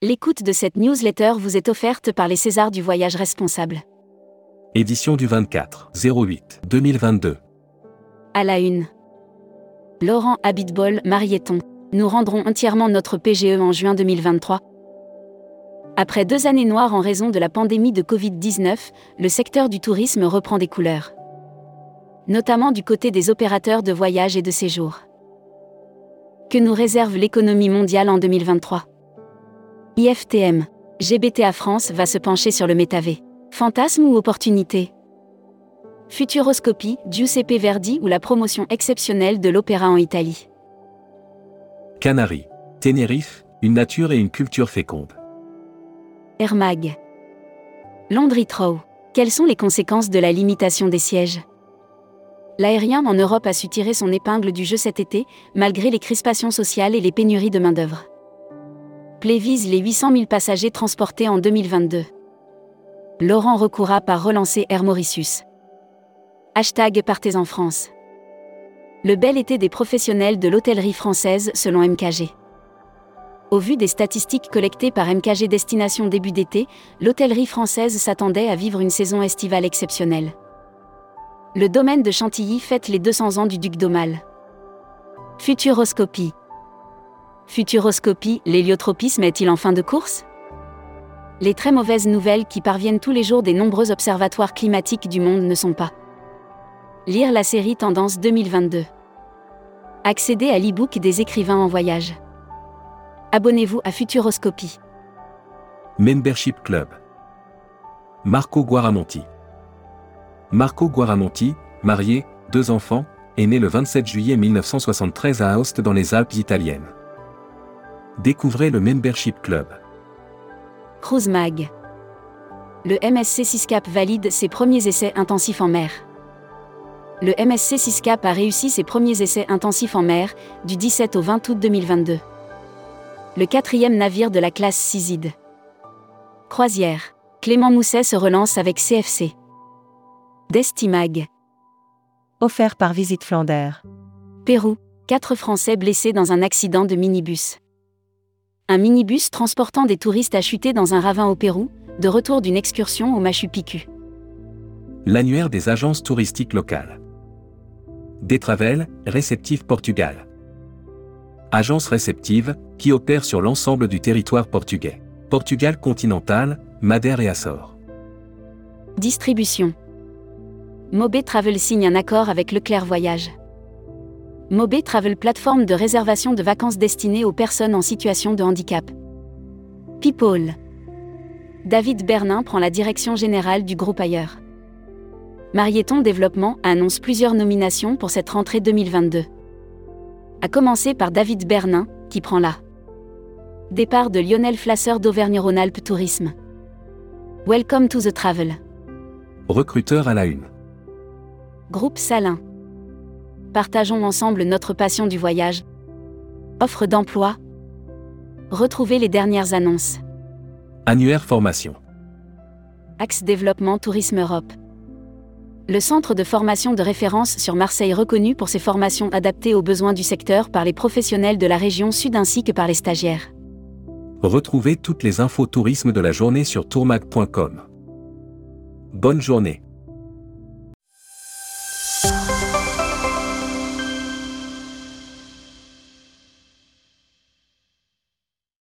L'écoute de cette newsletter vous est offerte par les Césars du voyage responsable. Édition du 24/08/2022. À la une. Laurent Abitbol, Marieton. Nous rendrons entièrement notre PGE en juin 2023. Après 2 années noires en raison de la pandémie de Covid-19, le secteur du tourisme reprend des couleurs. Notamment du côté des opérateurs de voyage et de séjour. Que nous réserve l'économie mondiale en 2023 ? IFTM. GBTA France va se pencher sur le métavé. Fantasme ou opportunité ? Futuroscopie, Giuseppe Verdi ou la promotion exceptionnelle de l'opéra en Italie. Canaries. Tenerife, une nature et une culture féconde. Air Mag. Londres Heathrow. Quelles sont les conséquences de la limitation des sièges ? L'aérien en Europe a su tirer son épingle du jeu cet été, malgré les crispations sociales et les pénuries de main-d'œuvre. Play vise les 800 000 passagers transportés en 2022. Laurent recourra par relancer Air Mauritius. #Partez en France. Le bel été des professionnels de l'hôtellerie française selon MKG. Au vu des statistiques collectées par MKG Destination début d'été, l'hôtellerie française s'attendait à vivre une saison estivale exceptionnelle. Le domaine de Chantilly fête les 200 ans du duc d'Aumale. Futuroscopie. Futuroscopie, l'héliotropisme est-il en fin de course ? Les très mauvaises nouvelles qui parviennent tous les jours des nombreux observatoires climatiques du monde ne sont pas. Lire la série Tendance 2022. Accéder à l'e-book des écrivains en voyage. Abonnez-vous à Futuroscopie. Membership Club. Marco Guaramonti. Marco Guaramonti, marié, 2 enfants, est né le 27 juillet 1973 à Aoste dans les Alpes italiennes. Découvrez le Membership Club. Cruise Mag. Le MSC Siscap valide ses premiers essais intensifs en mer. Le MSC Siscap a réussi ses premiers essais intensifs en mer, du 17 au 20 août 2022. Le 4e navire de la classe Sizid. Croisière. Clément Mousset se relance avec CFC. Destimag. Offert par Visite Flandre. Pérou. 4 Français blessés dans un accident de minibus. Un minibus transportant des touristes a chuté dans un ravin au Pérou, de retour d'une excursion au Machu Picchu. L'annuaire des agences touristiques locales. Detravel, Réceptive Portugal. Agence réceptive, qui opère sur l'ensemble du territoire portugais. Portugal continental, Madère et Açores. Distribution. Mobé Travel signe un accord avec Leclerc Voyage. Mobé Travel, plateforme de réservation de vacances destinée aux personnes en situation de handicap. People. David Bernin prend la direction générale du groupe Ailleurs. Marieton Développement annonce plusieurs nominations pour cette rentrée 2022. À commencer par David Bernin, qui prend la départ de Lionel Flasseur d'Auvergne-Rhône-Alpes Tourisme. Welcome to the travel. Recruteur à la une. Groupe Salin. Partageons ensemble notre passion du voyage. Offre d'emploi. Retrouvez les dernières annonces. Annuaire formation. Axe Développement Tourisme Europe. Le centre de formation de référence sur Marseille reconnu pour ses formations adaptées aux besoins du secteur par les professionnels de la région sud ainsi que par les stagiaires. Retrouvez toutes les infos tourisme de la journée sur tourmag.com. Bonne journée.